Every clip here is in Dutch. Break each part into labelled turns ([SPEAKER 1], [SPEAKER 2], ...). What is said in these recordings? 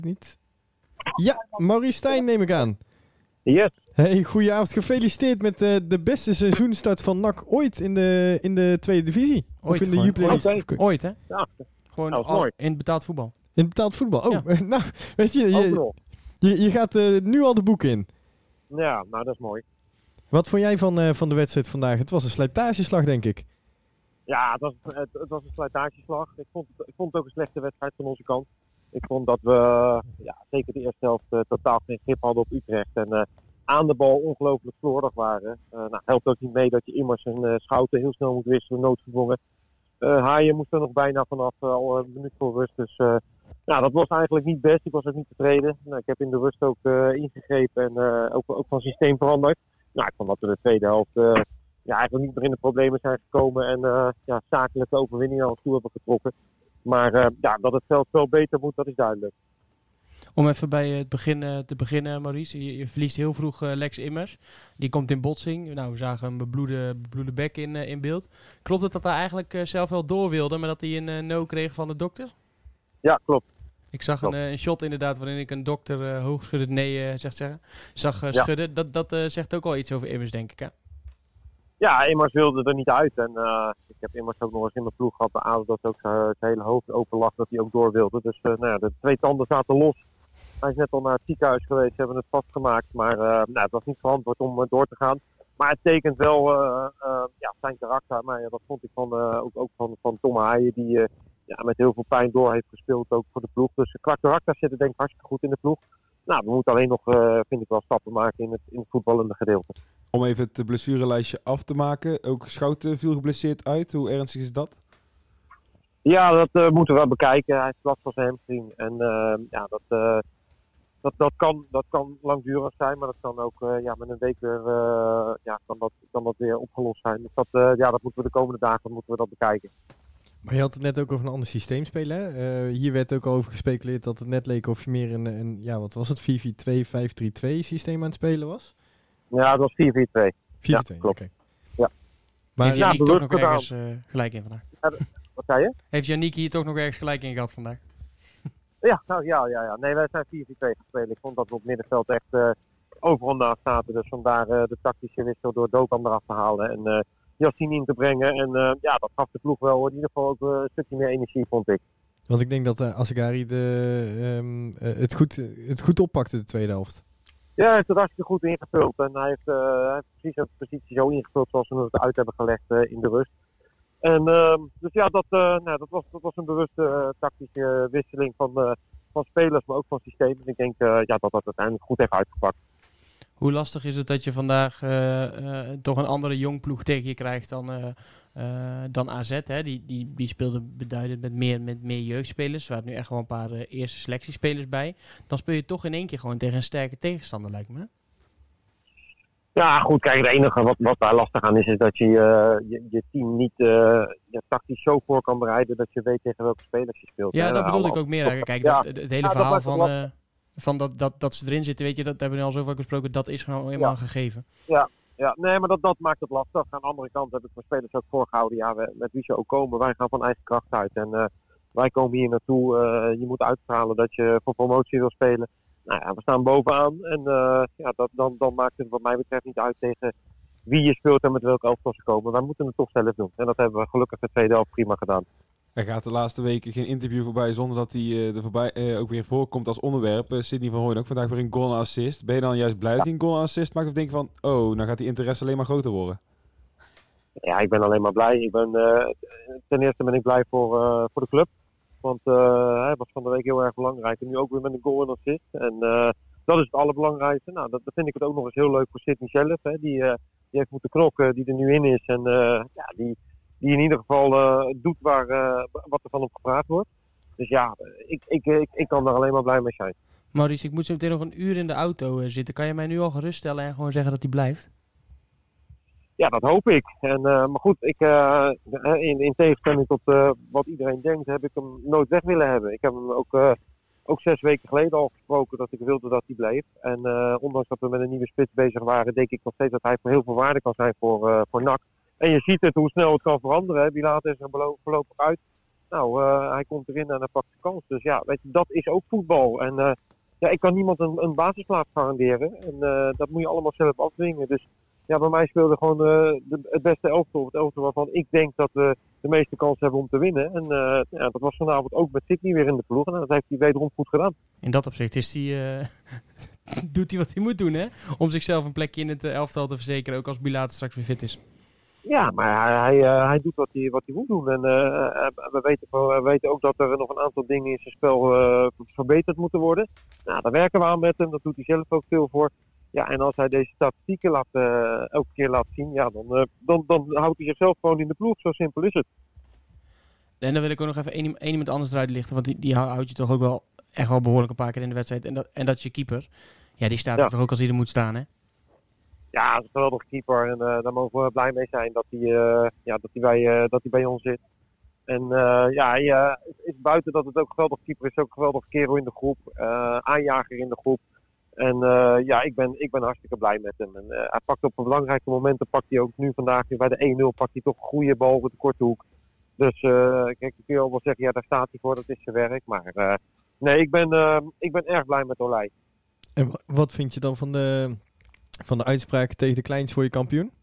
[SPEAKER 1] Niet? Ja, Maurice Stijn neem ik aan.
[SPEAKER 2] Yes.
[SPEAKER 1] Hey, goedenavond. Gefeliciteerd met de beste seizoenstart van NAC ooit in de tweede divisie.
[SPEAKER 3] Ooit
[SPEAKER 1] of in de
[SPEAKER 3] gewoon.
[SPEAKER 1] Jupiler League.
[SPEAKER 3] Ooit, hè?
[SPEAKER 2] Ja,
[SPEAKER 3] Gewoon
[SPEAKER 2] dat is mooi.
[SPEAKER 3] in betaald voetbal.
[SPEAKER 1] In betaald voetbal. Oh,
[SPEAKER 3] Ja.
[SPEAKER 1] nou, weet je, je gaat nu al de boeken in.
[SPEAKER 2] Ja, nou dat is mooi.
[SPEAKER 1] Wat vond jij van de wedstrijd vandaag? Het was een slijtageslag, denk ik.
[SPEAKER 2] Ja, het was een slijtageslag. Ik vond het ook een slechte wedstrijd van onze kant. Ik vond dat we zeker de eerste helft totaal geen grip hadden op Utrecht. En aan de bal ongelooflijk slordig waren. Helpt ook niet mee dat je immers een Schouten heel snel moet wisselen, noodgedwongen. Haaien moest er nog bijna vanaf al een minuut voor rust. Dus dat was eigenlijk niet best. Ik was ook niet tevreden. Ik heb in de rust ook ingegrepen en ook van systeem veranderd. Ik vond dat we de tweede helft eigenlijk niet meer in de problemen zijn gekomen. En zakelijke overwinning naar ons toe hebben getrokken. Maar dat het veld veel beter moet, dat is duidelijk.
[SPEAKER 3] Om even bij het begin te beginnen, Maurice. Je verliest heel vroeg Lex Immers. Die komt in botsing. Nou, we zagen een bebloede bek in beeld. Klopt het dat hij eigenlijk zelf wel door wilde, maar dat hij een no kreeg van de dokter?
[SPEAKER 2] Ja, klopt.
[SPEAKER 3] Ik zag een shot inderdaad waarin ik een dokter hoogschuddend nee zag schudden. Dat zegt ook al iets over Immers, denk ik, hè?
[SPEAKER 2] Ja, Immers wilde er niet uit. En ik heb Immers ook nog eens in mijn ploeg gehad bij ADO dat ook zijn hele hoofd open lag, dat hij ook door wilde. Dus de twee tanden zaten los. Hij is net al naar het ziekenhuis geweest, ze hebben het vastgemaakt. Maar het was niet verantwoord om door te gaan. Maar het tekent wel zijn karakter. Maar dat vond ik ook van Tom Haaien, die met heel veel pijn door heeft gespeeld, ook voor de ploeg. Dus qua karakter zit het denk ik hartstikke goed in de ploeg. We moeten alleen nog, vind ik wel, stappen maken in het voetballende gedeelte.
[SPEAKER 4] Om even het blessurelijstje af te maken. Ook Schouten viel geblesseerd uit. Hoe ernstig is dat?
[SPEAKER 2] Ja, dat moeten we wel bekijken. Hij heeft last van zijn hamstring. En dat kan langdurig zijn. Maar dat kan ook met een week weer kan dat weer opgelost zijn. Dus dat moeten we de komende dagen bekijken.
[SPEAKER 1] Maar je had het net ook over een ander systeem spelen, hè? Hier werd ook over gespeculeerd dat het net leek of je meer wat was het, 4-4-2, 5-3-2 systeem aan het spelen was?
[SPEAKER 2] Ja, dat was 4-4-2.
[SPEAKER 1] 4-4-2,
[SPEAKER 2] ja, klopt.
[SPEAKER 1] Okay.
[SPEAKER 2] Ja.
[SPEAKER 3] Maar heeft Yannick toch nog
[SPEAKER 2] gedaan.
[SPEAKER 3] ergens gelijk in vandaag?
[SPEAKER 2] Wat zei je?
[SPEAKER 3] Heeft Yannick hier toch nog ergens gelijk in gehad vandaag?
[SPEAKER 2] Ja. Nee, wij zijn 4-4-2 gespeeld. Ik vond dat we op het middenveld echt overal naast zaten. Dus vandaar de tactische wissel door Dokan eraf te halen en Yassine in te brengen. En dat gaf de ploeg wel in ieder geval ook een stukje meer energie, vond ik.
[SPEAKER 1] Want ik denk dat Asghari het goed oppakte de tweede helft.
[SPEAKER 2] Ja, hij heeft het hartstikke goed ingevuld. En hij heeft precies de positie zo ingevuld zoals we het uit hebben gelegd in de rust. En dat was een bewuste tactische wisseling van spelers, maar ook van systeem. En ik denk dat uiteindelijk goed heeft uitgepakt.
[SPEAKER 3] Hoe lastig is het dat je vandaag toch een andere jongploeg tegen je krijgt dan AZ? Hè? Die speelde beduidend met meer jeugdspelers. Er waren nu echt wel een paar eerste selectiespelers bij. Dan speel je toch in één keer gewoon tegen een sterke tegenstander, lijkt me. Hè?
[SPEAKER 2] Ja, goed. Kijk, het enige wat daar lastig aan is dat je je team niet tactisch zo voor kan bereiden dat je weet tegen welke spelers je speelt.
[SPEAKER 3] Ja, dat bedoelde ik ook meer. Kijk, het hele verhaal van dat ze erin zitten, weet je, dat hebben we al zo vaak besproken, dat is gewoon helemaal gegeven.
[SPEAKER 2] Ja, nee, maar dat maakt het lastig. Aan de andere kant heb ik mijn spelers ook voorgehouden. Met wie ze ook komen, wij gaan van eigen kracht uit. En wij komen hier naartoe. Je moet uitstralen dat je voor promotie wil spelen. We staan bovenaan. En dan maakt het wat mij betreft niet uit tegen wie je speelt en met welke elftal ze komen. Wij moeten het toch zelf doen. En dat hebben we gelukkig de tweede helft prima gedaan.
[SPEAKER 4] Er gaat de laatste weken geen interview voorbij zonder dat hij er voorbij ook weer voorkomt als onderwerp. Sidney van Hooijen ook vandaag weer een goal en assist. Ben je dan juist blij dat hij een goal en assist maakt of denk je van, nou gaat die interesse alleen maar groter worden?
[SPEAKER 2] Ja, ik ben alleen maar blij. Ten eerste ben ik blij voor de club. Want hij was van de week heel erg belangrijk. En nu ook weer met een goal en assist. En dat is het allerbelangrijkste. Nou, dat vind ik het ook nog eens heel leuk voor Sidney zelf. Hè. Die heeft moeten knokken, die er nu in is. En die in ieder geval doet wat er van hem gevraagd wordt. Dus ja, ik kan daar alleen maar blij mee zijn.
[SPEAKER 3] Maurice, ik moet zo meteen nog een uur in de auto zitten. Kan je mij nu al geruststellen en gewoon zeggen dat hij blijft?
[SPEAKER 2] Ja, dat hoop ik. Maar goed, in tegenstelling tot wat iedereen denkt, heb ik hem nooit weg willen hebben. Ik heb hem ook 6 weken geleden al gesproken dat ik wilde dat hij bleef. En ondanks dat we met een nieuwe spits bezig waren, denk ik nog steeds dat hij voor heel veel waarde kan zijn voor NAC. En je ziet het, hoe snel het kan veranderen. Wie laat is er voorlopig uit. Nou, hij komt erin en hij pakt de kans. Dus ja, weet je, dat is ook voetbal. En ja, ik kan niemand een basisplaats garanderen. En dat moet je allemaal zelf afdwingen. Dus ja, bij mij speelde gewoon het beste elftal. Het elftal waarvan ik denk dat we de meeste kans hebben om te winnen. En ja, dat was vanavond ook met Sydney weer in de ploeg. En dat heeft hij wederom goed gedaan.
[SPEAKER 3] In dat opzicht is doet hij wat hij moet doen, hè? Om zichzelf een plekje in het elftal te verzekeren, ook als Bilate straks weer fit is.
[SPEAKER 2] Ja, maar hij doet wat hij moet doen. En we weten ook dat er nog een aantal dingen in zijn spel verbeterd moeten worden. Nou, daar werken we aan met hem. Dat doet hij zelf ook veel voor. Ja, en als hij deze statistieken elke keer laat zien, ja, dan houdt hij zichzelf gewoon in de ploeg. Zo simpel is het.
[SPEAKER 3] En dan wil ik ook nog even één iemand anders eruit lichten, want die houdt je toch ook wel echt wel behoorlijk een paar keer in de wedstrijd. En dat is je keeper. Ja, die staat er toch ook als hij er moet staan, hè?
[SPEAKER 2] Ja, dat is een geweldige keeper. En daar mogen we blij mee zijn dat hij bij ons zit. En hij is buiten dat het ook een geweldige keeper is, ook een geweldige kerel in de groep. Aanjager in de groep. En ja, ik ben hartstikke blij met hem. En hij pakt op belangrijke momenten, pakt hij ook nu vandaag bij de 1-0, pakt hij toch een goede bal op de korte hoek. Dus kijk, dan kun je al wel zeggen, ja, daar staat hij voor, dat is zijn werk. Maar nee, ik ben erg blij met Olij.
[SPEAKER 1] En wat vind je dan van de uitspraak tegen de Kleins voor je kampioen?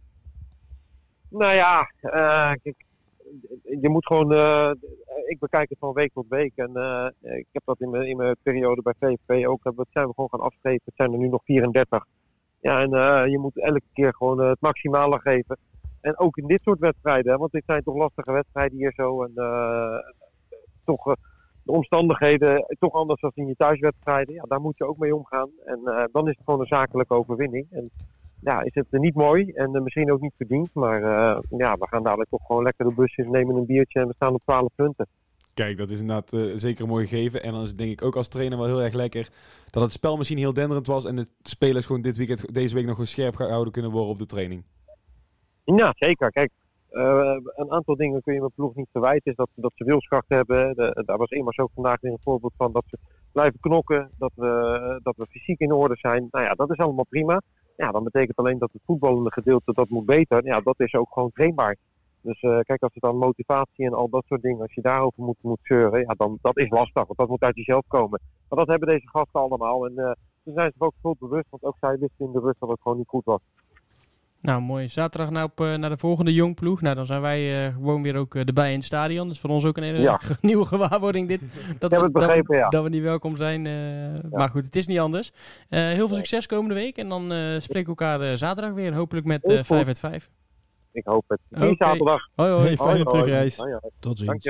[SPEAKER 2] Nou ja, kijk, je moet gewoon... ik bekijk het van week tot week. En ik heb dat in mijn periode bij VVV ook. Dat zijn we gewoon gaan afstrepen. Het zijn er nu nog 34. Ja, en je moet elke keer gewoon het maximale geven. En ook in dit soort wedstrijden. Hè, want dit zijn toch lastige wedstrijden hier zo. En toch de omstandigheden toch anders dan in je thuiswedstrijden. Ja, daar moet je ook mee omgaan. En dan is het gewoon een zakelijke overwinning. En ja, is het niet mooi en misschien ook niet verdiend. Maar ja, we gaan dadelijk toch gewoon lekker de bus in, nemen een biertje en we staan op 12 punten.
[SPEAKER 4] Kijk, dat is inderdaad zeker een mooi gegeven. En dan is het denk ik ook als trainer wel heel erg lekker dat het spel misschien heel denderend was en de spelers gewoon deze week nog gewoon scherp gehouden kunnen worden op de training.
[SPEAKER 2] Ja, zeker. Kijk, een aantal dingen kun je mijn ploeg niet verwijten. Is dat ze wilskracht hebben. Daar was immers ook vandaag weer een voorbeeld van dat ze blijven knokken. Dat we fysiek in orde zijn. Nou ja, dat is allemaal prima. Ja, dan betekent alleen dat het voetballende gedeelte dat moet beter. Ja, dat is ook gewoon trainbaar. Dus kijk, als het dan motivatie en al dat soort dingen, als je daarover moet zeuren, ja, dan dat is lastig. Want dat moet uit jezelf komen. Maar dat hebben deze gasten allemaal. En ze zijn zich ook goed bewust, want ook zij wisten in de rust dat het gewoon niet goed was.
[SPEAKER 3] Nou, mooi. Zaterdag naar de volgende jongploeg. Nou, dan zijn wij gewoon weer ook erbij in het stadion. Dus voor ons ook een hele nieuwe gewaarwording dit. Dat we niet welkom zijn. Maar goed, het is niet anders. Heel veel succes komende week. En dan spreken we elkaar zaterdag weer. Hopelijk met 5 uit 5.
[SPEAKER 2] Ik hoop het. Zaterdag.
[SPEAKER 1] Hoi, fijne terugreis.
[SPEAKER 2] Tot ziens.